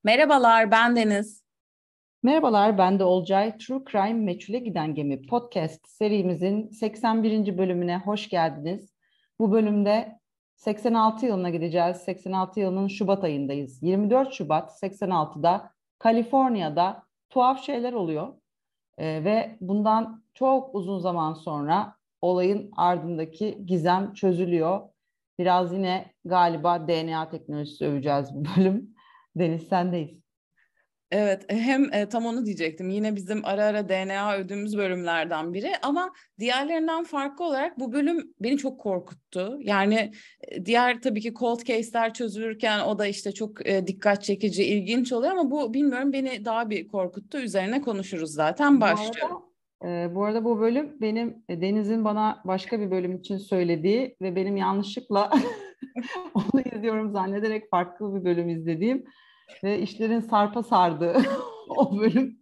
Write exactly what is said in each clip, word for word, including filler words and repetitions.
Merhabalar, ben Deniz. Merhabalar, ben de Olcay. True Crime Meçhule Giden Gemi podcast serimizin seksen birinci bölümüne hoş geldiniz. Bu bölümde seksen altı yılına gideceğiz. seksen altı yılının Şubat ayındayız. yirmi dört Şubat seksen altıda Kaliforniya'da tuhaf şeyler oluyor. Ee, ve bundan çok uzun zaman sonra olayın ardındaki gizem çözülüyor. Biraz yine galiba D N A teknolojisi öveceğiz bu bölüm. Deniz sendeyiz. Evet, hem e, tam onu diyecektim. Yine bizim ara ara D N A övdüğümüz bölümlerden biri ama diğerlerinden farklı olarak bu bölüm beni çok korkuttu. Yani e, diğer tabii ki cold case'ler çözülürken o da işte çok e, dikkat çekici, ilginç oluyor ama bu bilmiyorum beni daha bir korkuttu. Üzerine konuşuruz zaten. Bu arada Başlıyorum. e, bu arada bu bölüm benim e, Deniz'in bana başka bir bölüm için söylediği ve benim yanlışlıkla onu izliyorum zannederek farklı bir bölüm izlediğim ve işlerin sarpa sardığı o bölüm.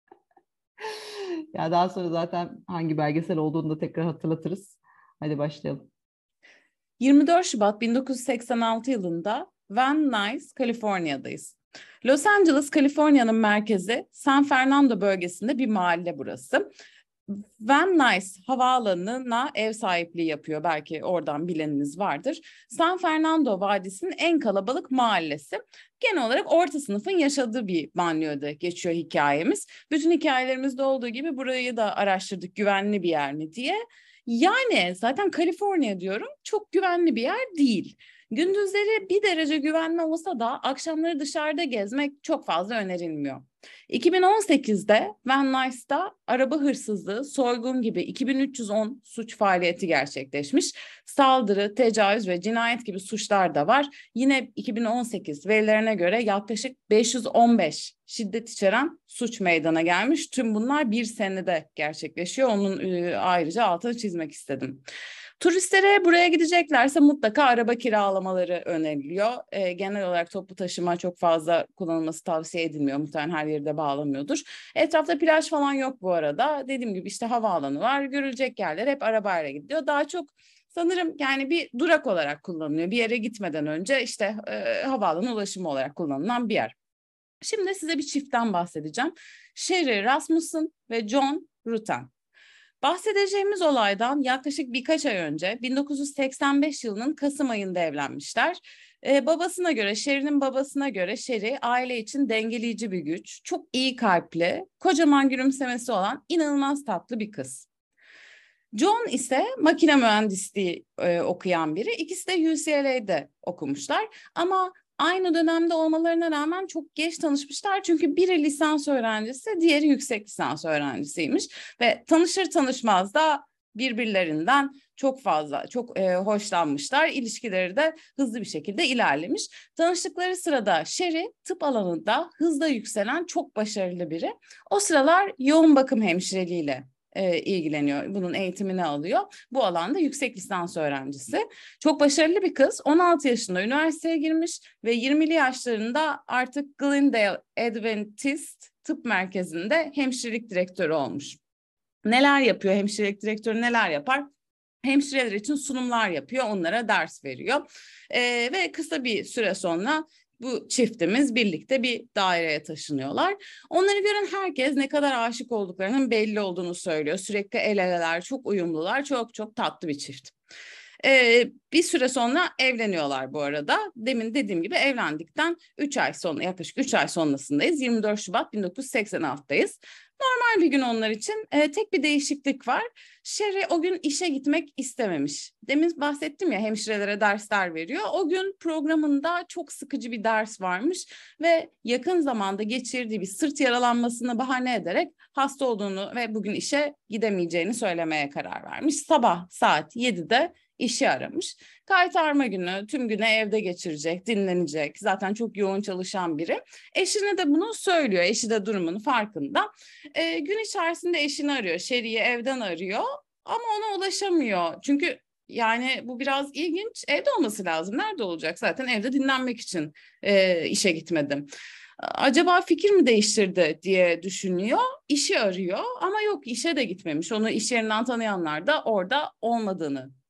Ya daha sonra zaten hangi belgesel olduğunu da tekrar hatırlatırız. Hadi başlayalım. yirmi dört Şubat bin dokuz yüz seksen altı yılında Van Nuys, Kaliforniya'dayız. Los Angeles, Kaliforniya'nın merkezi, San Fernando bölgesinde bir mahalle burası. Van Nuys havaalanına ev sahipliği yapıyor. Belki oradan bileniniz vardır. San Fernando Vadisi'nin en kalabalık mahallesi. Genel olarak orta sınıfın yaşadığı bir banliyöde geçiyor hikayemiz. Bütün hikayelerimizde olduğu gibi burayı da araştırdık, güvenli bir yer mi diye. Yani zaten Kaliforniya diyorum, çok güvenli bir yer değil. Gündüzleri bir derece güvenli olsa da akşamları dışarıda gezmek çok fazla önerilmiyor. iki bin on sekizde Van Nuys'ta araba hırsızlığı, soygun gibi iki bin üç yüz on suç faaliyeti gerçekleşmiş. Saldırı, tecavüz ve cinayet gibi suçlar da var. Yine iki bin on sekiz verilerine göre yaklaşık beş yüz on beş şiddet içeren suç meydana gelmiş. Tüm bunlar bir senede gerçekleşiyor. Onun e, ayrıca altını çizmek istedim. Turistlere buraya gideceklerse mutlaka araba kiralamaları öneriliyor. E, genel olarak toplu taşıma çok fazla kullanılması tavsiye edilmiyor. Muhtemelen her yerde bağlamıyordur. Etrafta plaj falan yok bu arada. Dediğim gibi işte havaalanı var. Görülecek yerler hep arabayla gidiyor. Daha çok sanırım yani bir durak olarak kullanılıyor. Bir yere gitmeden önce işte e, havaalanı ulaşımı olarak kullanılan bir yer. Şimdi size bir çiftten bahsedeceğim. Sherry Rasmussen ve John Rutten. Bahsedeceğimiz olaydan yaklaşık birkaç ay önce bin dokuz yüz seksen beş yılının Kasım ayında evlenmişler. Ee, babasına göre, Sherry'nin babasına göre Sherry aile için dengeleyici bir güç, çok iyi kalpli, kocaman gülümsemesi olan inanılmaz tatlı bir kız. John ise makine mühendisliği e, okuyan biri. İkisi de U C L A'de okumuşlar ama aynı dönemde olmalarına rağmen çok geç tanışmışlar. Çünkü biri lisans öğrencisi, diğeri yüksek lisans öğrencisiymiş. Ve tanışır tanışmaz da birbirlerinden çok fazla, çok e, hoşlanmışlar. İlişkileri de hızlı bir şekilde ilerlemiş. Tanıştıkları sırada Sherry tıp alanında hızla yükselen çok başarılı biri. O sıralar yoğun bakım hemşireliğiyle e, ilgileniyor. Bunun eğitimini alıyor. Bu alanda yüksek lisans öğrencisi. Çok başarılı bir kız. on altı yaşında üniversiteye girmiş ve yirmili yaşlarında artık Glendale Adventist Tıp Merkezi'nde hemşirelik direktörü olmuş. Neler yapıyor? Hemşirelik direktörü neler yapar? Hemşireler için sunumlar yapıyor, onlara ders veriyor. Ee, ve kısa bir süre sonra bu çiftimiz birlikte bir daireye taşınıyorlar. Onları gören herkes ne kadar aşık olduklarının belli olduğunu söylüyor. Sürekli el eleler, çok uyumlular, çok çok tatlı bir çift. Ee, bir süre sonra evleniyorlar bu arada. Demin dediğim gibi evlendikten üç ay sonra, yaklaşık üç ay sonrasındayız. yirmi dört Şubat bin dokuz yüz seksen altıdayız. Normal bir gün onlar için. E, tek bir değişiklik var. Sherry o gün işe gitmek istememiş. Demin bahsettim ya, hemşirelere dersler veriyor. O gün programında çok sıkıcı bir ders varmış ve yakın zamanda geçirdiği bir sırt yaralanmasını bahane ederek hasta olduğunu ve bugün işe gidemeyeceğini söylemeye karar vermiş. Sabah saat yedide işi aramış. Kaytarma günü, tüm günü evde geçirecek, dinlenecek. Zaten çok yoğun çalışan biri. Eşine de bunu söylüyor. Eşi de durumun farkında. E, gün içerisinde eşini arıyor. Sherry'i evden arıyor ama ona ulaşamıyor. Çünkü yani bu biraz ilginç. Evde olması lazım. Nerede olacak? Zaten evde dinlenmek için e, işe gitmedim. Acaba fikir mi değiştirdi diye düşünüyor. İşi arıyor ama yok, işe de gitmemiş. Onu iş yerinden tanıyanlar da orada olmadığını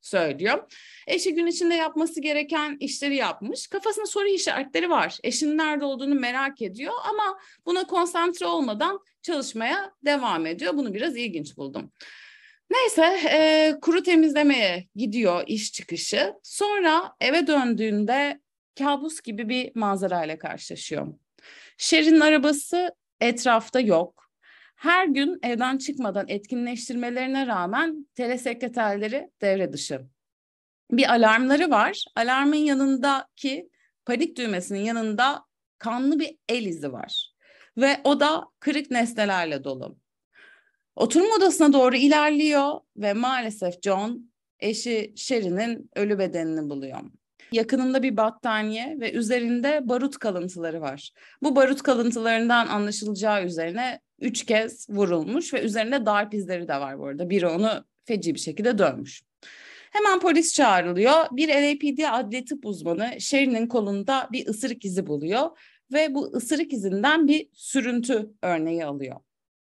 söylüyor. Eşi gün içinde yapması gereken işleri yapmış. Kafasında soru işaretleri var. Eşinin nerede olduğunu merak ediyor ama buna konsantre olmadan çalışmaya devam ediyor. Bunu biraz ilginç buldum. Neyse e, kuru temizlemeye gidiyor iş çıkışı. Sonra eve döndüğünde kabus gibi bir manzarayla karşılaşıyor. Sherry'nin arabası etrafta yok. Her gün evden çıkmadan etkinleştirmelerine rağmen telesekreterleri devre dışı. Bir alarmları var. Alarmın yanındaki panik düğmesinin yanında kanlı bir el izi var. Ve o da kırık nesnelerle dolu. Oturma odasına doğru ilerliyor ve maalesef John eşi Sherry'nin ölü bedenini buluyor. Yakınında bir battaniye ve üzerinde barut kalıntıları var. Bu barut kalıntılarından anlaşılacağı üzerine üç kez vurulmuş ve üzerinde darp izleri de var bu arada. Biri onu feci bir şekilde dövmüş. Hemen polis çağrılıyor. Bir L A P D adli tıp uzmanı Sherry'nin kolunda bir ısırık izi buluyor ve bu ısırık izinden bir sürüntü örneği alıyor.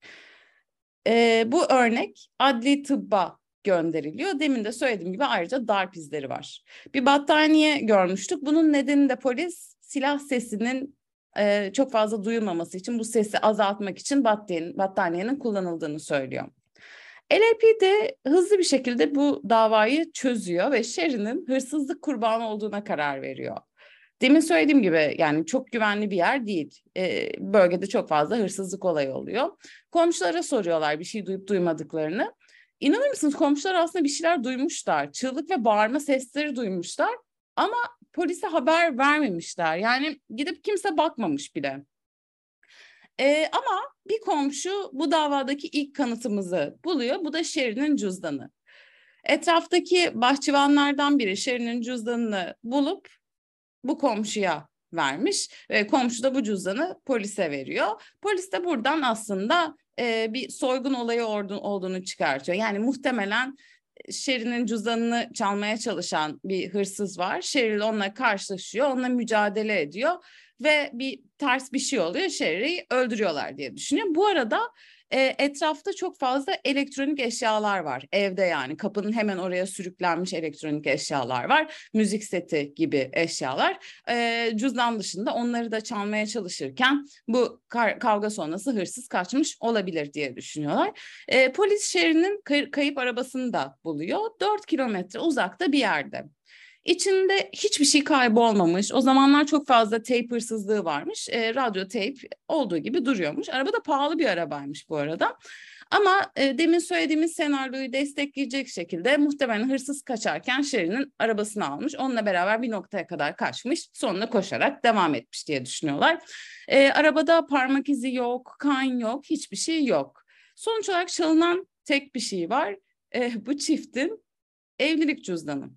Ee, bu örnek adli tıbba gönderiliyor. Demin de söylediğim gibi ayrıca darp izleri var. Bir battaniye görmüştük. Bunun nedeni de polis silah sesinin e, çok fazla duyulmaması için, bu sesi azaltmak için battaniyenin, battaniyenin kullanıldığını söylüyor. L A P D hızlı bir şekilde bu davayı çözüyor ve Sherry'nin hırsızlık kurbanı olduğuna karar veriyor. Demin söylediğim gibi yani çok güvenli bir yer değil. Ee, bölgede çok fazla hırsızlık olayı oluyor. Komşulara soruyorlar bir şey duyup duymadıklarını. İnanır mısınız, komşular aslında bir şeyler duymuşlar. Çığlık ve bağırma sesleri duymuşlar ama polise haber vermemişler. Yani gidip kimse bakmamış bile. Ee, ama bir komşu bu davadaki ilk kanıtımızı buluyor. Bu da Sherry'nin cüzdanı. Etraftaki bahçıvanlardan biri Sherry'nin cüzdanını bulup bu komşuya vermiş ve komşu da bu cüzdanı polise veriyor. Polis de buradan aslında e, bir soygun olayı olduğunu çıkartıyor. Yani muhtemelen Sherry'nin cüzdanını çalmaya çalışan bir hırsız var. Sherry onunla karşılaşıyor, onunla mücadele ediyor ve bir ters bir şey oluyor. Sherry'i öldürüyorlar diye düşünüyor. Bu arada e, etrafta çok fazla elektronik eşyalar var. Evde yani kapının hemen oraya sürüklenmiş elektronik eşyalar var. Müzik seti gibi eşyalar. E, cüzdan dışında onları da çalmaya çalışırken bu kar- kavga sonrası hırsız kaçmış olabilir diye düşünüyorlar. E, polis Sherry'nin kay- kayıp arabasını da buluyor. dört kilometre uzakta bir yerde. İçinde hiçbir şey kaybolmamış. O zamanlar çok fazla teyp hırsızlığı varmış. E, radyo teyp olduğu gibi duruyormuş. Araba da pahalı bir arabaymış bu arada. Ama e, demin söylediğimiz senaryoyu destekleyecek şekilde muhtemelen hırsız kaçarken Sherry'nin arabasını almış. Onunla beraber bir noktaya kadar kaçmış. Sonra koşarak devam etmiş diye düşünüyorlar. E, arabada parmak izi yok, kan yok, hiçbir şey yok. Sonuç olarak çalınan tek bir şey var. E, bu çiftin evlilik cüzdanı.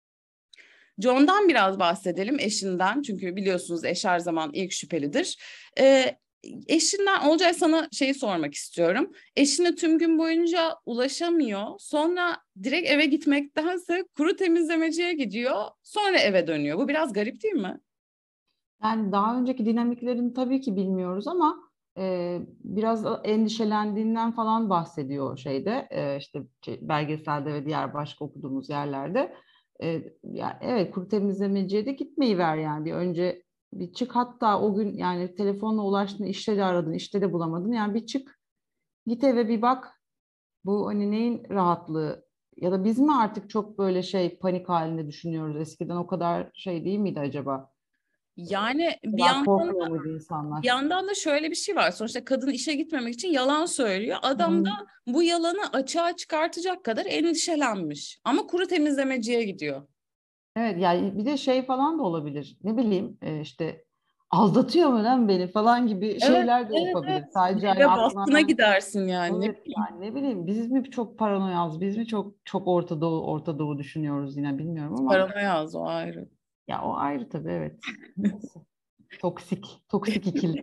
John'dan biraz bahsedelim, eşinden. Çünkü biliyorsunuz eş her zaman ilk şüphelidir. Ee, eşinden, Olcay, sana şeyi sormak istiyorum. Eşine tüm gün boyunca ulaşamıyor. Sonra direkt eve gitmektense kuru temizlemeciye gidiyor. Sonra eve dönüyor. Bu biraz garip değil mi? Yani daha önceki dinamiklerini tabii ki bilmiyoruz ama e, biraz endişelendiğinden falan bahsediyor şeyde e, işte şey, belgeselde ve diğer başka okuduğumuz yerlerde. E, ya, evet, kuru temizlemeciye de gitmeyi ver yani bir önce bir çık, hatta o gün yani telefonla ulaştın, işte de aradın, işte de bulamadın, yani bir çık, git eve bir bak, bu hani neyin rahatlığı, ya da biz mi artık çok böyle şey panik halinde düşünüyoruz, eskiden o kadar şey değil miydi acaba? Yani O bir kadar yandan korkmuyor muydu Bir insanlar? yandan da şöyle bir şey var. Sonuçta kadın işe gitmemek için yalan söylüyor. Adam da Hı. bu yalanı açığa çıkartacak kadar endişelenmiş. Ama kuru temizlemeciye gidiyor. Evet, yani bir de şey falan da olabilir. Ne bileyim e, işte aldatıyor mu lan beni falan gibi Evet, şeyler de evet, yapabilir. evet. Sadece hani Mega aklına baskına gidersin yani. Ne evet bileyim. yani ne bileyim, biz mi çok paranoyaz, biz mi çok çok Orta Doğu Orta Doğu düşünüyoruz yine, bilmiyorum ama Paranoya az, o ayrı. ya o ayrı tabii, evet. Neyse. Toksik, toksik ikili.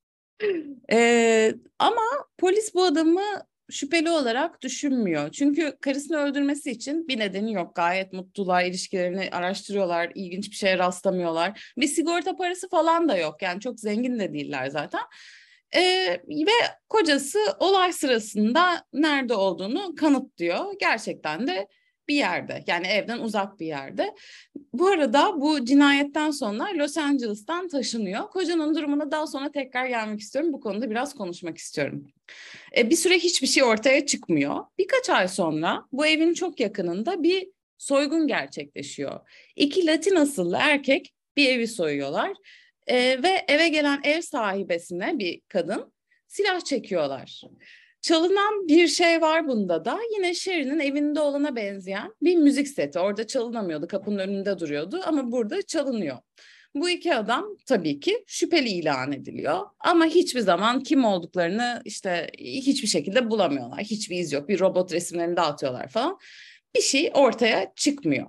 Ee, ama polis bu adamı şüpheli olarak düşünmüyor. Çünkü karısını öldürmesi için bir nedeni yok. Gayet mutlular, ilişkilerini araştırıyorlar, ilginç bir şeye rastlamıyorlar. Bir sigorta parası falan da yok. Yani çok zengin de değiller zaten. Ee, ve kocası olay sırasında nerede olduğunu kanıtlıyor. Gerçekten de bir yerde, yani evden uzak bir yerde. Bu arada bu cinayetten sonra Los Angeles'tan taşınıyor. Kocanın durumuna daha sonra tekrar gelmek istiyorum. Bu konuda biraz konuşmak istiyorum. E, bir süre hiçbir şey ortaya çıkmıyor. Birkaç ay sonra bu evin çok yakınında bir soygun gerçekleşiyor. İki Latin asıllı erkek bir evi soyuyorlar. E, ve eve gelen ev sahibesine, bir kadın, silah çekiyorlar. Çalınan bir şey var bunda da. Yine Sherry'nin evinde olana benzeyen bir müzik seti. Orada çalınamıyordu, kapının önünde duruyordu ama burada çalınıyor. Bu iki adam tabii ki şüpheli ilan ediliyor ama hiçbir zaman kim olduklarını işte hiçbir şekilde bulamıyorlar. Hiçbir iz yok. Bir robot resimlerini dağıtıyorlar falan. Bir şey ortaya çıkmıyor.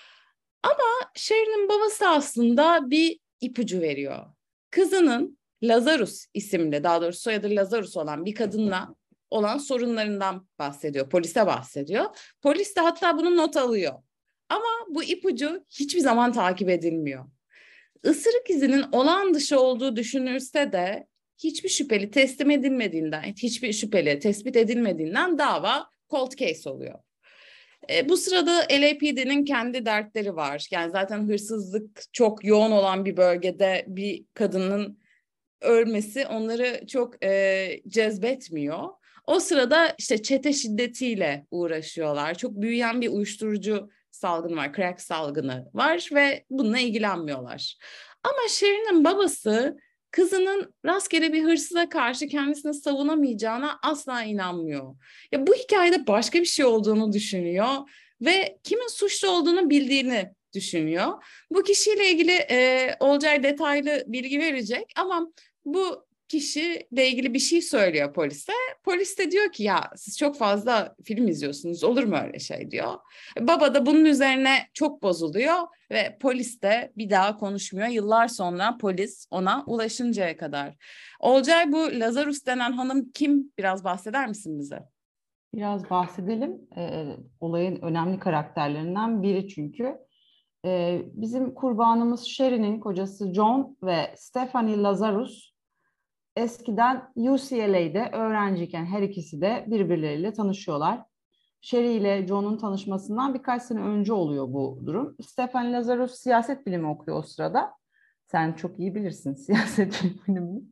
Ama Sherry'nin babası aslında bir ipucu veriyor. Kızının Lazarus isimli, daha doğrusu soyadı Lazarus olan bir kadınla olan sorunlarından bahsediyor. Polise bahsediyor. Polis de hatta bunu not alıyor. Ama bu ipucu hiçbir zaman takip edilmiyor. Isırık izinin olağan dışı olduğu düşünülse de hiçbir şüpheli teslim edilmediğinden, hiçbir şüpheli tespit edilmediğinden dava cold case oluyor. E, bu sırada L A P D'nin kendi dertleri var. Yani zaten hırsızlık çok yoğun olan bir bölgede bir kadının ölmesi onları çok e, cezbetmiyor. O sırada işte çete şiddetiyle uğraşıyorlar. Çok büyüyen bir uyuşturucu salgını var, crack salgını var ve bununla ilgilenmiyorlar. Ama Sherry'nin babası kızının rastgele bir hırsıza karşı kendisini savunamayacağına asla inanmıyor. Ya bu hikayede başka bir şey olduğunu düşünüyor ve kimin suçlu olduğunu bildiğini düşünüyor. Bu kişiyle ilgili e, Olcay detaylı bilgi verecek ama bu kişiyle ilgili bir şey söylüyor polise. Polis de diyor ki ya siz çok fazla film izliyorsunuz, olur mu öyle şey diyor. Baba da bunun üzerine çok bozuluyor ve polis de bir daha konuşmuyor. Yıllar sonra polis ona ulaşıncaya kadar. Olcay, bu Lazarus denen hanım kim? Biraz bahseder misin bize? Biraz bahsedelim. Ee, olayın önemli karakterlerinden biri çünkü. Ee, bizim kurbanımız Sherry'nin kocası John ve Stephanie Lazarus eskiden U C L A'de öğrenciyken her ikisi de birbirleriyle tanışıyorlar. Sherry ile John'un tanışmasından birkaç sene önce oluyor bu durum. Stephen Lazarus siyaset bilimi okuyor o sırada. Sen çok iyi bilirsin siyaset bilimini.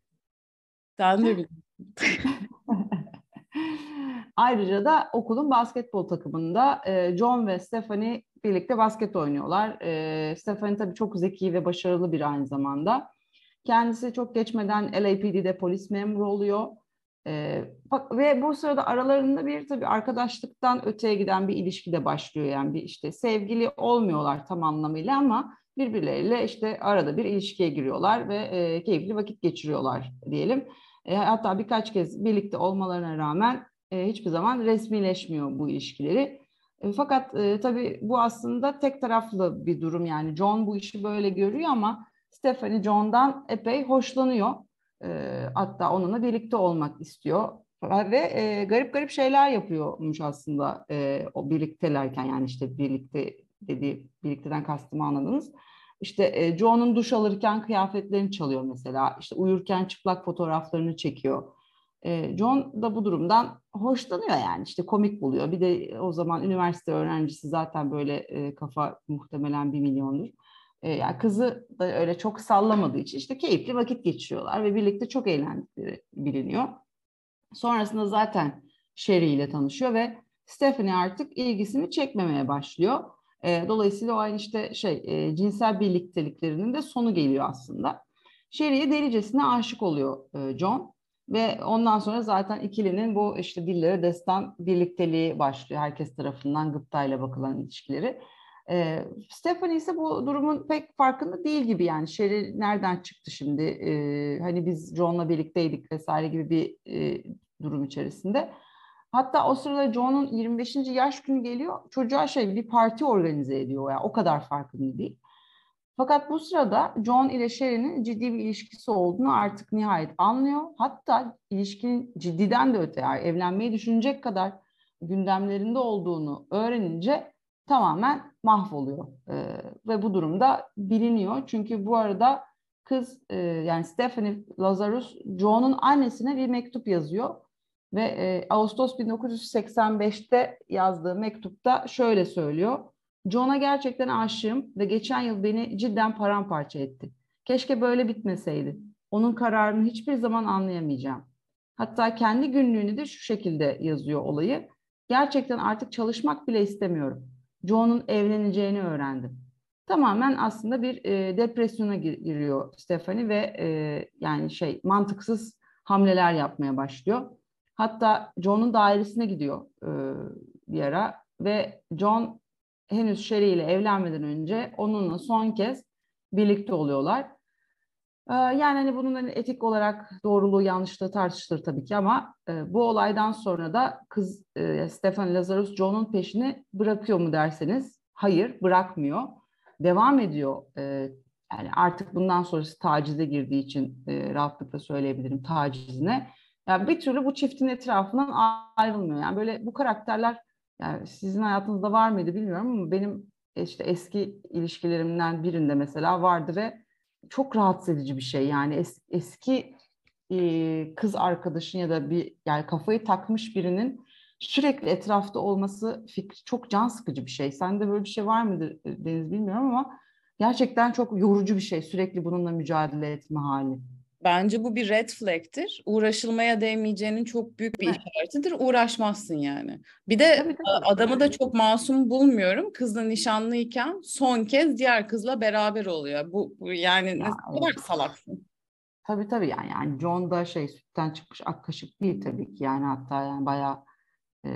Sen de bilirsin. Ayrıca da okulun basketbol takımında John ve Stephanie birlikte basket oynuyorlar. Stephanie tabii çok zeki ve başarılı bir aynı zamanda. Kendisi çok geçmeden L A P D'de polis memuru oluyor. Ee, ve bu sırada aralarında bir tabii arkadaşlıktan öteye giden bir ilişki de başlıyor. Yani bir işte sevgili olmuyorlar tam anlamıyla ama birbirleriyle işte arada bir ilişkiye giriyorlar ve e, keyifli vakit geçiriyorlar diyelim. E, hatta birkaç kez birlikte olmalarına rağmen e, hiçbir zaman resmileşmiyor bu ilişkileri. E, fakat e, tabii bu aslında tek taraflı bir durum, yani John bu işi böyle görüyor ama Stephanie John'dan epey hoşlanıyor. E, hatta onunla birlikte olmak istiyor. Ve e, garip garip şeyler yapıyormuş aslında e, o birliktelerken, yani işte birlikte dediği, birlikteden kastımı anladınız. İşte e, John'un duş alırken kıyafetlerini çalıyor mesela. İşte uyurken çıplak fotoğraflarını çekiyor. E, John da bu durumdan hoşlanıyor, yani işte komik buluyor. Bir de o zaman üniversite öğrencisi, zaten böyle e, kafa muhtemelen bir milyondur. E, yani kızı da öyle çok sallamadığı için işte keyifli vakit geçiriyorlar ve birlikte çok eğlendikleri biliniyor. Sonrasında zaten Sherry ile tanışıyor ve Stephanie artık ilgisini çekmemeye başlıyor. E, dolayısıyla o aynı işte şey e, cinsel birlikteliklerinin de sonu geliyor aslında. Sherry'ye delicesine aşık oluyor e, John ve ondan sonra zaten ikilinin bu işte dillere destan birlikteliği başlıyor. Herkes tarafından gıptayla bakılan ilişkileri. E, Stephanie ise bu durumun pek farkında değil gibi, yani Sherry nereden çıktı şimdi, e, hani biz John'la birlikteydik vesaire gibi bir e, durum içerisinde. Hatta o sırada John'un yirmi beşinci yaş günü geliyor, çocuğa şey bir parti organize ediyor, yani o kadar farkında değil. Fakat bu sırada John ile Sherry'nin ciddi bir ilişkisi olduğunu artık nihayet anlıyor. Hatta ilişkinin ciddiden de öte, yani evlenmeyi düşünecek kadar gündemlerinde olduğunu öğrenince tamamen mahvoluyor. Ee, ve bu durumda biliniyor. Çünkü bu arada kız e, yani Stephanie Lazarus John'un annesine bir mektup yazıyor. Ve e, Ağustos bin dokuz yüz seksen beşte yazdığı mektupta şöyle söylüyor. John'a gerçekten aşığım ve geçen yıl beni cidden paramparça etti. Keşke böyle bitmeseydi. Onun kararını hiçbir zaman anlayamayacağım. Hatta kendi günlüğünü de şu şekilde yazıyor olayı. Gerçekten artık çalışmak bile istemiyorum. John'un evleneceğini öğrendim. Tamamen aslında bir e, depresyona giriyor Stephanie ve e, yani şey mantıksız hamleler yapmaya başlıyor. Hatta John'un dairesine gidiyor e, bir ara ve John henüz Sherry ile evlenmeden önce onunla son kez birlikte oluyorlar. E, yani hani bunun hani etik olarak doğruluğu yanlışlığı tartışılır tabii ki ama e, bu olaydan sonra da kız e, Stefan Lazarus John'un peşini bırakıyor mu derseniz hayır bırakmıyor. Devam ediyor. E, yani artık bundan sonrası tacize girdiği için e, rahatlıkla söyleyebilirim tacizine. Yani bir türlü bu çiftin etrafından ayrılmıyor. Yani böyle bu karakterler yani sizin hayatınızda var mıydı bilmiyorum ama benim işte eski ilişkilerimden birinde mesela vardı ve çok rahatsız edici bir şey. Yani es, eski e, kız arkadaşın ya da bir yani kafayı takmış birinin sürekli etrafta olması fikri çok can sıkıcı bir şey. Sende böyle bir şey var mıdır Deniz bilmiyorum ama gerçekten çok yorucu bir şey. Sürekli bununla mücadele etme hali. Bence bu bir red flag'tir. Uğraşılmaya değmeyeceğinin çok büyük bir Değil mi? işaretidir. Uğraşmazsın yani. Bir de Tabii a- tabii. adamı da çok masum bulmuyorum. Kızla nişanlıyken son kez diğer kızla beraber oluyor. Bu, bu yani ne Ya kadar evet. salaksın. Tabii tabii yani, yani John da şey sütten çıkmış ak kaşık değil tabii ki yani hatta yani bayağı e,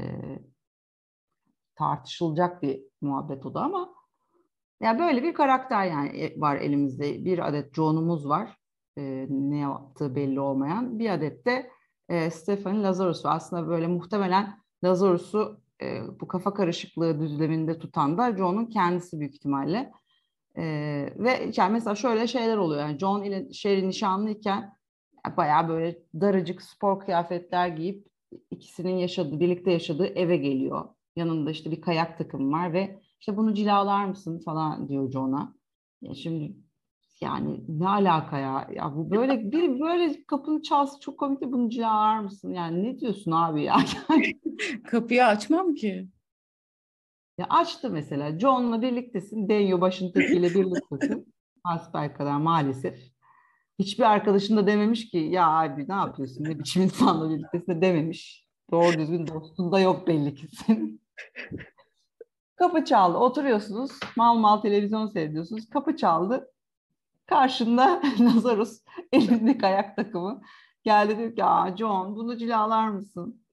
tartışılacak bir muhabbet o da ama ya böyle bir karakter yani e, var elimizde bir adet John'umuz var e, ne yaptığı belli olmayan bir adet de e, Stephen Lazarus var aslında böyle muhtemelen Lazarus'u e, bu kafa karışıklığı düzleminde tutan da John'un kendisi büyük ihtimalle. Ee, ve yani mesela şöyle şeyler oluyor. Yani John ile Sherry nişanlıyken bayağı böyle daracık spor kıyafetler giyip ikisinin yaşadığı, birlikte yaşadığı eve geliyor. Yanında işte bir kayak takımı var ve işte bunu cilalar mısın falan diyor John'a. Ya şimdi yani ne alaka ya? Ya bu böyle bir böyle kapını çalsa çok komik de bunu cilalar mısın? Yani ne diyorsun abi ya? Kapıyı açmam ki. Ya açtı mesela. John'la birliktesin. Denyo başın tekiyle birliktesin. Hasbelkader maalesef. Hiçbir arkadaşın da dememiş ki ya abi ne yapıyorsun ne biçim insanla birliktesin de dememiş. Doğru düzgün dostun da yok belli ki senin. Kapı çaldı. Oturuyorsunuz. Mal mal televizyon seyrediyorsunuz. Kapı çaldı. Karşında Lazarus elinde kayak takımı. Geldi diyor ki aa John bunu cilalar mısın?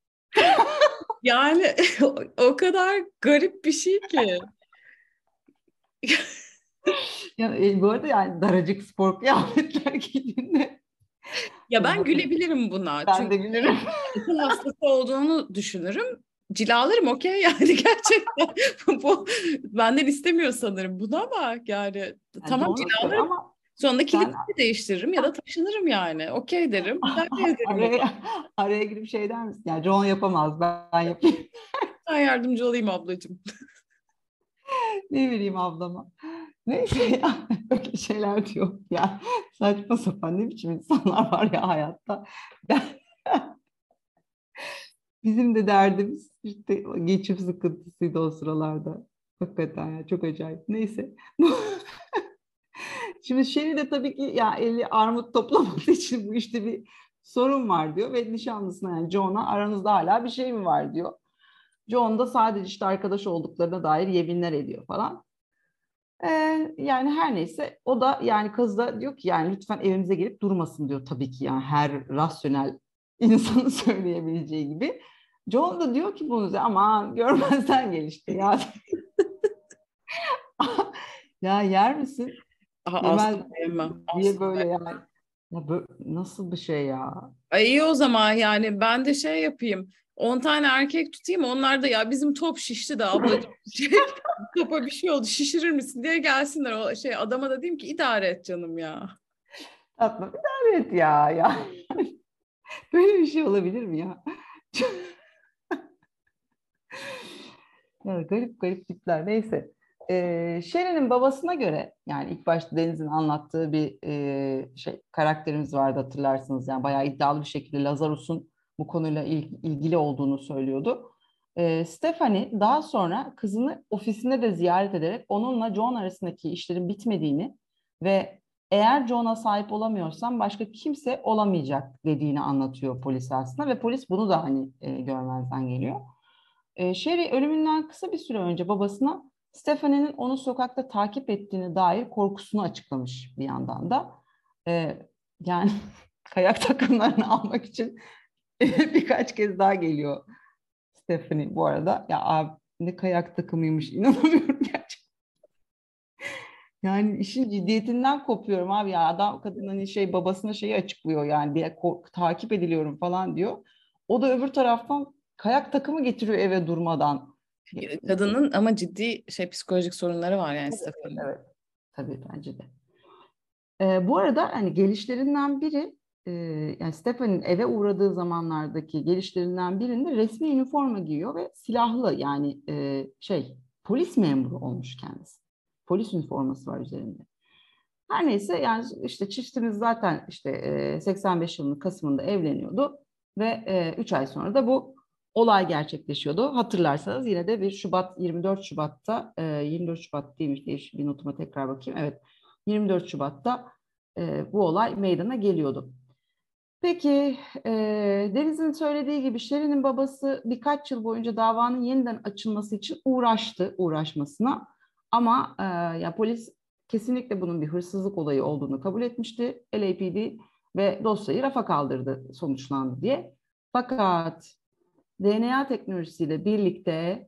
Yani o, o kadar garip bir şey ki. Ya, e, bu arada yani daracık spor kıyafetler giydiğinde Ya ben böyle gülebilirim buna. ben Çünkü de gülürüm. akıl hastası olduğunu düşünürüm. Cilalarım okey yani gerçekten. Bu benden istemiyor sanırım bunu ama yani Yani tamam John da cilalarım. ama Sonra sen kilitleri değiştiririm ya da taşınırım yani. Okey derim. Ben ederim onu. araya araya girip şey der misin? Yani John yapamaz ben, ben yapayım. Ben yardımcı olayım ablacığım. Ne bileyim ablama. Neyse ya böyle şeyler diyor. Ya saçma sapan ne biçim insanlar var ya hayatta. Ben, bizim de derdimiz işte geçim sıkıntısıydı o sıralarda. Hakikaten ya çok acayip. Neyse. Şimdi Sherry de tabii ki ya eli armut toplamadığı için bu işte bir sorun var diyor ve nişanlısına yani John'a aranızda hala bir şey mi var diyor. John da sadece işte arkadaş olduklarına dair yeminler ediyor falan. Ee, yani her neyse o da yani kız da diyor ki yani lütfen evimize gelip durmasın diyor tabii ki yani her rasyonel insanın söyleyebileceği gibi. John da diyor ki bunu ama görmezden gel işte ya. Ya yer misin? Aha, asla Yemez sevmem. diye Asla. böyle yani. Ya böyle, nasıl bir şey ya? Ay iyi o zaman yani ben de şey yapayım. On tane erkek tutayım onlar da ya bizim top şişti de ablacığım şey, topa bir şey oldu şişirir misin diye gelsinler. O şey adama da diyeyim ki idare et canım ya. Tatlı bir davet ya. Ya böyle bir şey olabilir mi ya? Ya garip garip tipler. Neyse. Ee, Sherry'nin babasına göre yani ilk başta Deniz'in anlattığı bir e, şey karakterimiz vardı hatırlarsınız. Yani bayağı iddialı bir şekilde Lazarus'un bu konuyla il, ilgili olduğunu söylüyordu. E, Stephanie daha sonra kızını ofisinde de ziyaret ederek onunla John arasındaki işlerin bitmediğini ve eğer John'a sahip olamıyorsam başka kimse olamayacak dediğini anlatıyor polis aslında ve polis bunu da hani e, görmezden geliyor. E, Sherry ölümünden kısa bir süre önce babasına Stephanie'nin onu sokakta takip ettiğine dair korkusunu açıklamış bir yandan da. E, yani kayak takımlarını almak için birkaç kez daha geliyor Stephanie bu arada. Ya abi ne kayak takımıymış, inanamıyorum gerçekten. Yani işin ciddiyetinden kopuyorum abi ya. Adam kadın hani şey babasına şeyi açıklıyor yani bir takip ediliyorum falan diyor. O da öbür taraftan kayak takımı getiriyor eve durmadan. Kadının ama ciddi şey psikolojik sorunları var yani Evet, Stephanie'nin. evet. Tabii bence de. Ee, bu arada hani gelişlerinden biri e, yani Stephanie'nin eve uğradığı zamanlardaki gelişlerinden birinde resmi üniforma giyiyor ve silahlı yani e, şey polis memuru olmuş kendisi. Polis üniforması var üzerinde. Her neyse yani işte çiftimiz zaten işte e, seksen beş yılının Kasım'ında evleniyordu ve üç ay sonra da bu olay gerçekleşiyordu. Hatırlarsanız yine de bir Şubat yirmi dört Şubat'ta e, yirmi dört Şubat değilmiş diye bir notuma tekrar bakayım. Evet yirmi dört Şubat'ta e, bu olay meydana geliyordu. Peki e, Deniz'in söylediği gibi Sherry'nin babası birkaç yıl boyunca davanın yeniden açılması için uğraştı uğraşmasına ama e, ya polis kesinlikle bunun bir hırsızlık olayı olduğunu kabul etmişti. L A P D ve dosyayı rafa kaldırdı sonuçlandı diye. Fakat D N A teknolojisiyle birlikte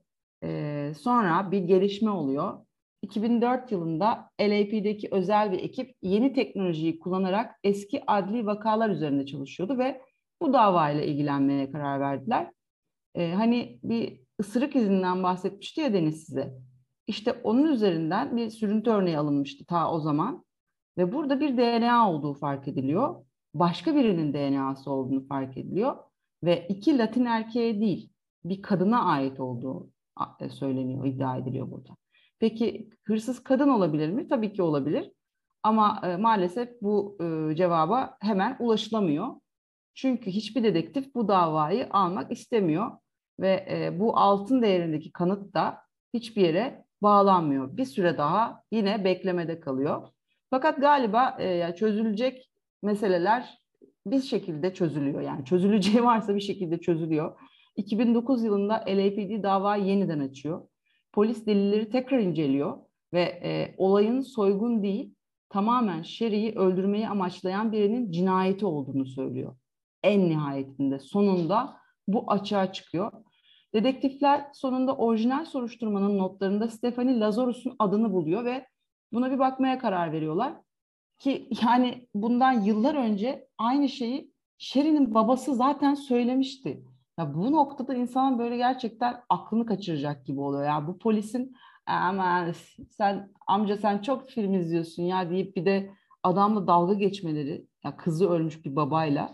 e, sonra bir gelişme oluyor. iki bin dört yılında L A P D'deki özel bir ekip yeni teknolojiyi kullanarak eski adli vakalar üzerinde çalışıyordu ve bu davayla ilgilenmeye karar verdiler. E, hani bir ısırık izinden bahsetmişti ya Deniz size. İşte onun üzerinden bir sürüntü örneği alınmıştı ta o zaman ve burada bir D N A olduğu fark ediliyor. Başka birinin D N A'sı olduğunu fark ediliyor ve iki Latin erkeğe değil bir kadına ait olduğu söyleniyor, iddia ediliyor burada. Peki hırsız kadın olabilir mi? Tabii ki olabilir. Ama e, maalesef bu e, cevaba hemen ulaşılamıyor. Çünkü hiçbir dedektif bu davayı almak istemiyor ve e, bu altın değerindeki kanıt da hiçbir yere bağlanmıyor. Bir süre daha yine beklemede kalıyor. Fakat galiba e, çözülecek meseleler bir şekilde çözülüyor. Yani çözüleceği varsa bir şekilde çözülüyor. iki bin dokuz yılında L A P D davayı yeniden açıyor. Polis delilleri tekrar inceliyor ve e, olayın soygun değil, tamamen Sherry'i öldürmeyi amaçlayan birinin cinayeti olduğunu söylüyor. En nihayetinde, sonunda bu açığa çıkıyor. Dedektifler sonunda orijinal soruşturmanın notlarında Stephanie Lazarus'un adını buluyor ve buna bir bakmaya karar veriyorlar. Ki yani bundan yıllar önce aynı şeyi Sherry'nin babası zaten söylemişti. Ya bu noktada insan böyle gerçekten aklını kaçıracak gibi oluyor. Ya bu polisin ama sen amca sen çok film izliyorsun ya deyip bir de adamla dalga geçmeleri, ya kızı ölmüş bir babayla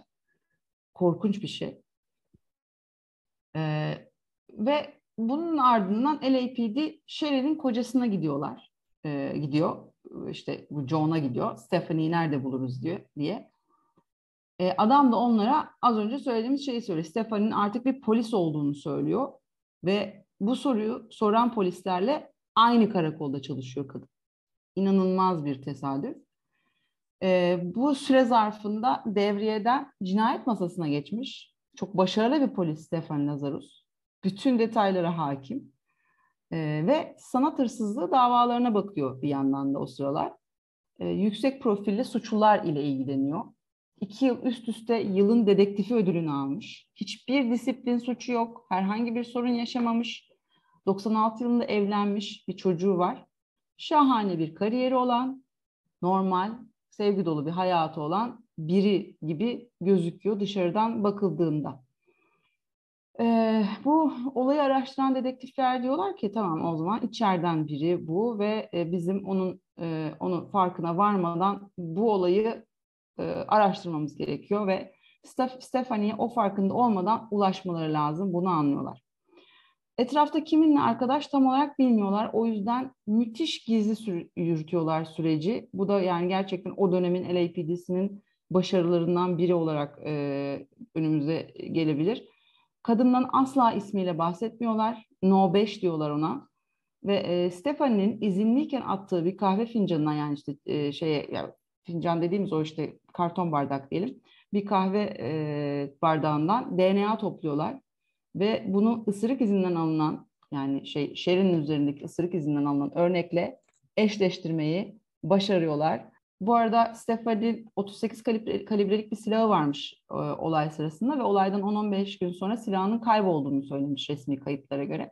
korkunç bir şey. Ee, ve bunun ardından L A P D Sherry'nin kocasına gidiyorlar. Ee, gidiyor. İşte bu John'a gidiyor. Stephanie'yi nerede buluruz diyor diye. Ee, adam da onlara az önce söylediğimiz şeyi söylüyor. Stephanie'nin artık bir polis olduğunu söylüyor. Ve bu soruyu soran polislerle aynı karakolda çalışıyor kadın. İnanılmaz bir tesadüf. Ee, bu süre zarfında devriyeden cinayet masasına geçmiş. Çok başarılı bir polis Stefan Lazarus. Bütün detaylara hakim. Ee, ve sanat hırsızlığı davalarına bakıyor bir yandan da o sıralar. Ee, yüksek profilli suçlular ile ilgileniyor. İki yıl üst üste yılın dedektifi ödülünü almış. Hiçbir disiplin suçu yok. Herhangi bir sorun yaşamamış. doksan altı yılında evlenmiş, bir çocuğu var. Şahane bir kariyeri olan, normal, sevgi dolu bir hayatı olan biri gibi gözüküyor dışarıdan bakıldığında. Ee, bu olayı araştıran dedektifler diyorlar ki tamam o zaman içeriden biri bu ve e, bizim onun e, onun farkına varmadan bu olayı e, araştırmamız gerekiyor ve Steph- Stephanie'ye o farkında olmadan ulaşmaları lazım. Bunu anlıyorlar. Etrafta kiminle arkadaş tam olarak bilmiyorlar. O yüzden müthiş gizli sür- yürütüyorlar süreci. Bu da yani gerçekten o dönemin L A P D'sinin başarılarından biri olarak e, önümüze gelebilir. Kadından asla ismiyle bahsetmiyorlar. No beş diyorlar ona. Ve e, Stephanie'nin izinliyken attığı bir kahve fincanına, yani işte e, şeye, ya, fincan dediğimiz o işte karton bardak diyelim. Bir kahve e, bardağından D N A topluyorlar. Ve bunu ısırık izinden alınan, yani şey Sherry'nin üzerindeki ısırık izinden alınan örnekle eşleştirmeyi başarıyorlar. Bu arada Stephanie otuz sekiz kalibre, kalibrelik bir silahı varmış e, olay sırasında ve olaydan on on beş gün sonra silahının kaybolduğunu söylemiş resmi kayıtlara göre.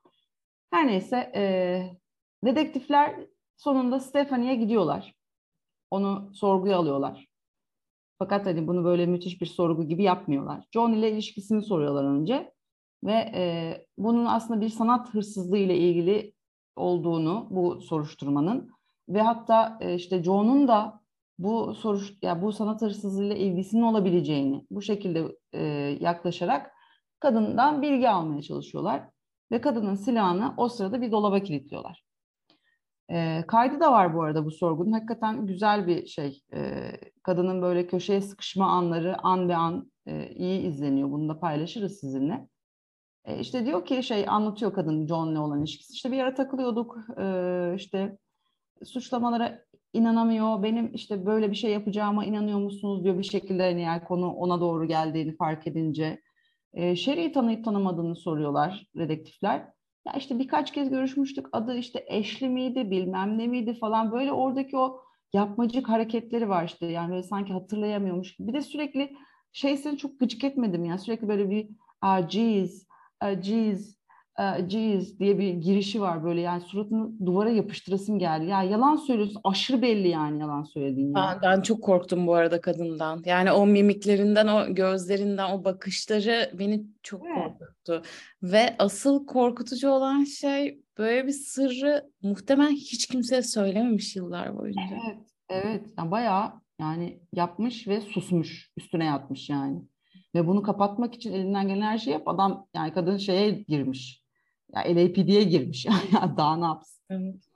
Her neyse e, dedektifler sonunda Stephanie'ye gidiyorlar. Onu sorguya alıyorlar. Fakat hani bunu böyle müthiş bir sorgu gibi yapmıyorlar. John ile ilişkisini soruyorlar önce ve e, bunun aslında bir sanat hırsızlığı ile ilgili olduğunu, bu soruşturmanın ve hatta e, işte John'un da bu soruş ya bu sanat hırsızlığı ile ilgisinin olabileceğini bu şekilde e, yaklaşarak kadından bilgi almaya çalışıyorlar ve kadının silahını o sırada bir dolaba kilitliyorlar. E, kaydı da var bu arada bu sorgunun. Hakikaten güzel bir şey. E, kadının böyle köşeye sıkışma anları an be an e, iyi izleniyor. Bunu da paylaşırız sizinle. E, işte diyor ki şey anlatıyor kadın John'la olan ilişkisi. İşte bir ara takılıyorduk. E, işte suçlamalara inanamıyor. Benim işte böyle bir şey yapacağıma inanıyor musunuz diyor bir şekilde, hani yani konu ona doğru geldiğini fark edince. E, Sherry'i tanıyıp tanımadığını soruyorlar dedektifler. Ya işte birkaç kez görüşmüştük. Adı işte Ashley miydi, bilmem ne miydi falan. Böyle oradaki o yapmacık hareketleri var işte. Yani böyle sanki hatırlayamıyormuş gibi. Bir de sürekli şey, seni çok gıcık etmedim ya. Sürekli böyle bir ah geez, ah geez, ah geez diye bir girişi var böyle. Yani suratını duvara yapıştırasım geldi. Ya yalan söylüyorsun. Aşırı belli yani yalan söylediğin ya. Ben, ben çok korktum bu arada kadından. Yani o mimiklerinden, o gözlerinden, o bakışları beni çok Evet. korkuttu. Ve asıl korkutucu olan şey, böyle bir sırrı muhtemelen hiç kimseye söylememiş yıllar boyunca. Evet, evet. Yani bayağı yani yapmış ve susmuş, üstüne yatmış yani. Ve bunu kapatmak için elinden gelen her şeyi yap. Adam yani kadın şeye girmiş. Ya L A P D'ye girmiş. Ya daha ne yapsın? Evet.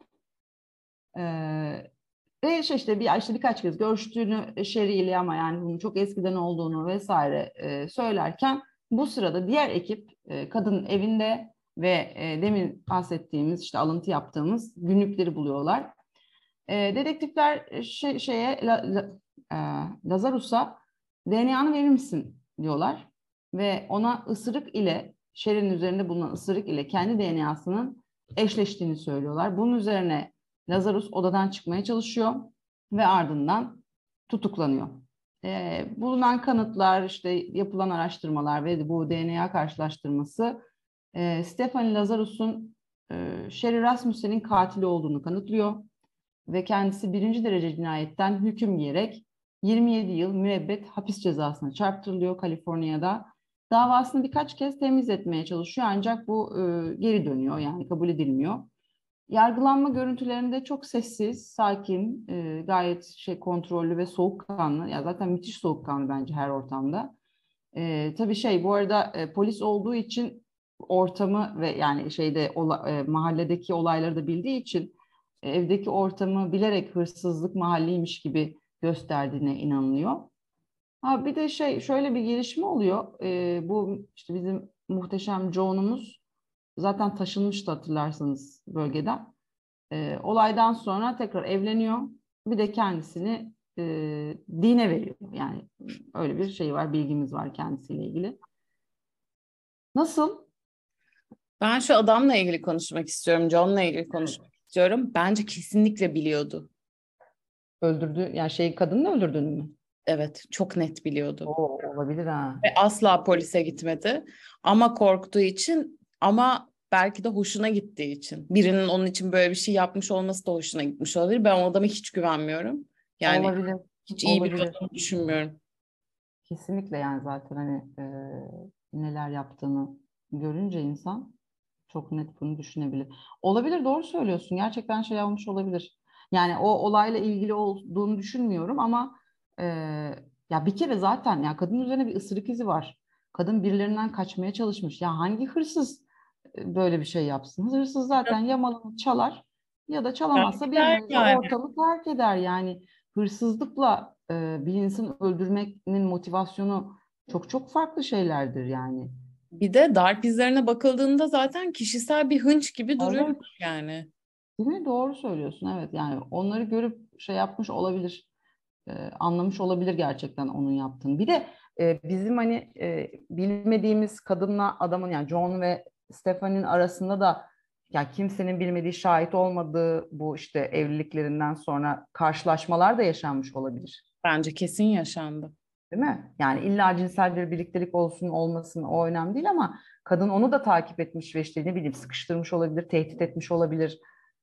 Ee, ve şey işte bir işte birkaç kez görüştüğünü Sherry ile, ama yani bunun çok eskiden olduğunu vesaire e, söylerken bu sırada diğer ekip e, kadının evinde ve e, demin bahsettiğimiz işte alıntı yaptığımız günlükleri buluyorlar. E, dedektifler şey, şeye la, la, e, Lazarus'a D N A'nı verir misin diyorlar ve ona ısırık ile Sherry'nin üzerinde bulunan ısırık ile kendi D N A'sının eşleştiğini söylüyorlar. Bunun üzerine Lazarus odadan çıkmaya çalışıyor ve ardından tutuklanıyor. E, bulunan kanıtlar, işte yapılan araştırmalar ve bu D N A karşılaştırması e, Stephanie Lazarus'un e, Sherry Rasmussen'in katili olduğunu kanıtlıyor ve kendisi birinci derece cinayetten hüküm giyerek yirmi yedi yıl müebbet hapis cezasına çarptırılıyor Kaliforniya'da. Davasını birkaç kez temiz etmeye çalışıyor ancak bu e, geri dönüyor, yani kabul edilmiyor. Yargılanma görüntülerinde çok sessiz, sakin, e, gayet şey kontrollü ve soğukkanlı. Ya zaten müthiş soğukkanlı bence her ortamda. E, tabii şey bu arada e, polis olduğu için ortamı ve yani şeyde ola, e, mahalledeki olayları da bildiği için e, evdeki ortamı bilerek hırsızlık mahalliymiş gibi gösterdiğine inanılıyor. Ha bir de şey şöyle bir gelişme oluyor. E, bu işte bizim muhteşem John'umuz zaten taşınmıştı hatırlarsanız bölgeden. E, olaydan sonra tekrar evleniyor. Bir de kendisini e, dine veriyor. Yani öyle bir şey var, bilgimiz var kendisiyle ilgili. Nasıl? Ben şu adamla ilgili konuşmak istiyorum, John'la ilgili konuşmak istiyorum. Bence kesinlikle biliyordu. Öldürdü, yani şey kadını öldürdüğünü mü? Evet, çok net biliyordu. Oo, olabilir ha. Ve asla polise gitmedi. Ama korktuğu için, ama belki de hoşuna gittiği için. Birinin onun için böyle bir şey yapmış olması da hoşuna gitmiş olabilir. Ben o adama hiç güvenmiyorum. Yani Olabilir. hiç iyi biri Olabilir. olduğunu düşünmüyorum. Kesinlikle, yani zaten hani e, neler yaptığını görünce insan çok net bunu düşünebilir. Olabilir, doğru söylüyorsun. Gerçekten şey olmuş olabilir. Yani o olayla ilgili olduğunu düşünmüyorum ama e, ya bir kere zaten ya kadının üzerine bir ısırık izi var. Kadın birilerinden kaçmaya çalışmış. Ya hangi hırsız e, böyle bir şey yapsın? Hırsız zaten ya malını çalar ya da çalamazsa bir an Belki önce yani. ortalık terk eder. Yani hırsızlıkla e, bir insanı öldürmenin motivasyonu çok çok farklı şeylerdir yani. Bir de darp izlerine bakıldığında zaten kişisel bir hınç gibi duruyor Evet. yani. Değil mi? Doğru söylüyorsun. Evet, yani onları görüp şey yapmış olabilir. E, anlamış olabilir gerçekten onun yaptığını. Bir de e, bizim hani e, bilmediğimiz kadınla adamın, yani John ve Stephanie'nin arasında da ya kimsenin bilmediği, şahit olmadığı bu işte evliliklerinden sonra karşılaşmalar da yaşanmış olabilir. Bence kesin yaşandı. Değil mi? Yani illa cinsel bir birliktelik olsun olmasın o önemli değil, ama kadın onu da takip etmiş ve işte ne bileyim sıkıştırmış olabilir, tehdit etmiş olabilir.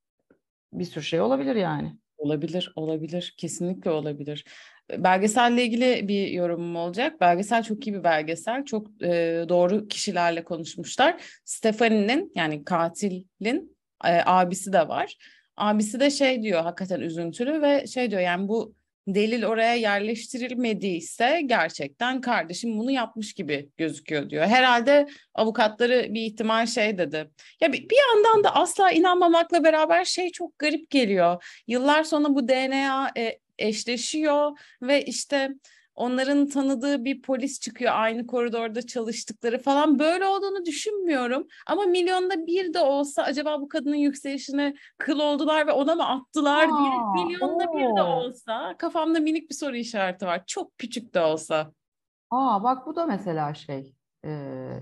Bir sürü şey olabilir yani. Olabilir, olabilir. Kesinlikle olabilir. Belgeselle ilgili bir yorumum olacak. Belgesel çok iyi bir belgesel. Çok e, doğru kişilerle konuşmuşlar. Stephanie'nin, yani katilin e, abisi de var. Abisi de şey diyor, hakikaten üzüntülü ve şey diyor, yani bu delil oraya yerleştirilmediyse gerçekten kardeşim bunu yapmış gibi gözüküyor diyor. Herhalde avukatları bir ihtimal şey dedi. Ya bir, bir yandan da asla inanmamakla beraber şey çok garip geliyor. Yıllar sonra bu D N A e, eşleşiyor ve işte onların tanıdığı bir polis çıkıyor, aynı koridorda çalıştıkları falan. Böyle olduğunu düşünmüyorum. Ama milyonda bir de olsa acaba bu kadının yükselişine kıl oldular ve ona mı attılar diye, Aa, milyonda bir de oo. olsa kafamda minik bir soru işareti var. Çok küçük de olsa. Aa, bak bu da mesela şey e,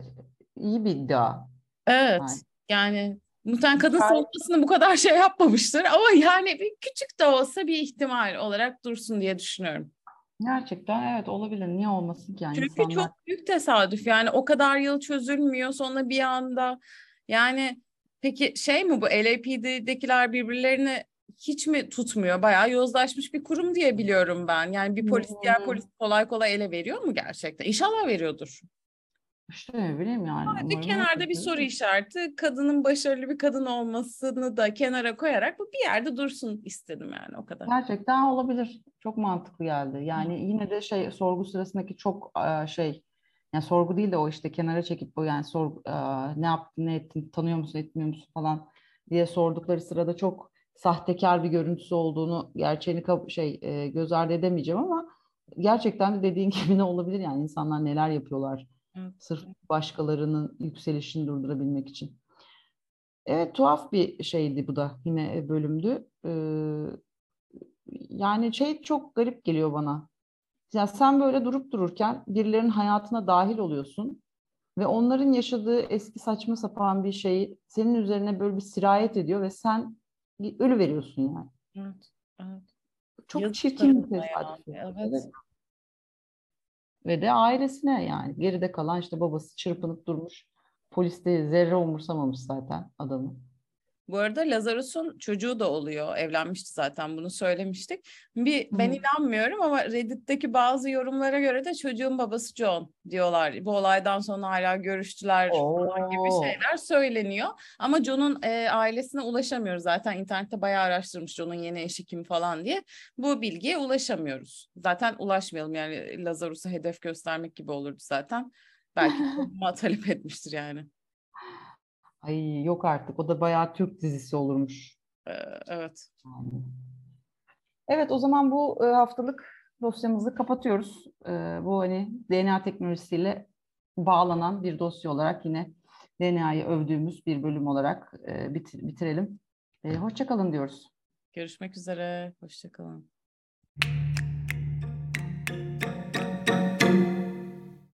iyi bir iddia. Evet. Yani Yani muhtemelen kadın hikaye savunmasını bu kadar şey yapmamıştır ama yani bir küçük de olsa bir ihtimal olarak dursun diye düşünüyorum. gerçekten evet olabilir. Niye olmasın ki yani Çünkü insanlar. çok büyük tesadüf, yani o kadar yıl çözülmüyor sonra bir anda, yani peki şey mi bu, L A P D'dekiler birbirlerini hiç mi tutmuyor? Bayağı yozlaşmış bir kurum diye biliyorum ben. Yani bir polis diğer Hmm, polis kolay kolay ele veriyor mu gerçekten? İnşallah veriyordur. işte ne bileyim yani Sadece umarım kenarda bir öyledir. soru işareti, kadının başarılı bir kadın olmasını da kenara koyarak bu bir yerde dursun istedim, yani o kadar. Gerçekten olabilir. Çok mantıklı geldi. Hı. Yani yine de şey sorgu sırasındaki çok e, şey, yani sorgu değil de o işte kenara çekip bu yani sor e, ne yaptın ne ettin, tanıyor musun etmiyor musun falan diye sordukları sırada çok sahtekar bir görüntüsü olduğunu, gerçeğini kab- şey e, göz ardı edemeyeceğim, ama gerçekten de dediğin gibi ne olabilir yani, insanlar neler yapıyorlar Evet. sırf başkalarının yükselişini durdurabilmek için. Evet, tuhaf bir şeydi bu da, yine bölümdü. Ee, yani şey çok garip geliyor bana. Ya sen böyle durup dururken birilerinin hayatına dahil oluyorsun ve onların yaşadığı eski saçma sapan bir şeyi senin üzerine böyle bir sirayet ediyor ve sen ölü veriyorsun yani. Evet. Evet. Çok Yazık çirkin bir kadına ya. tesadüf bu. Evet. Evet. Ve de ailesine, yani geride kalan işte babası çırpınıp durmuş. Polis de zerre umursamamış zaten adamı. Bu arada Lazarus'un çocuğu da oluyor. Evlenmişti zaten, bunu söylemiştik. Bir ben Hı. inanmıyorum ama Reddit'teki bazı yorumlara göre de çocuğun babası John diyorlar. Bu olaydan sonra hala görüştüler falan gibi Oo. şeyler söyleniyor. Ama John'un e, ailesine ulaşamıyoruz. Zaten internette bayağı araştırmış John'un yeni eşi kim falan diye. Bu bilgiye ulaşamıyoruz. Zaten ulaşmayalım, yani Lazarus'a hedef göstermek gibi olurdu zaten. Belki koruma talep etmiştir yani. Ay yok artık. O da bayağı Türk dizisi olurmuş. Ee, evet. Yani. Evet, o zaman bu e, haftalık dosyamızı kapatıyoruz. E, bu hani D N A teknolojisiyle bağlanan bir dosya olarak yine D N A'yı övdüğümüz bir bölüm olarak e, bit- bitirelim. E, hoşça kalın diyoruz. Görüşmek üzere. Hoşça kalın.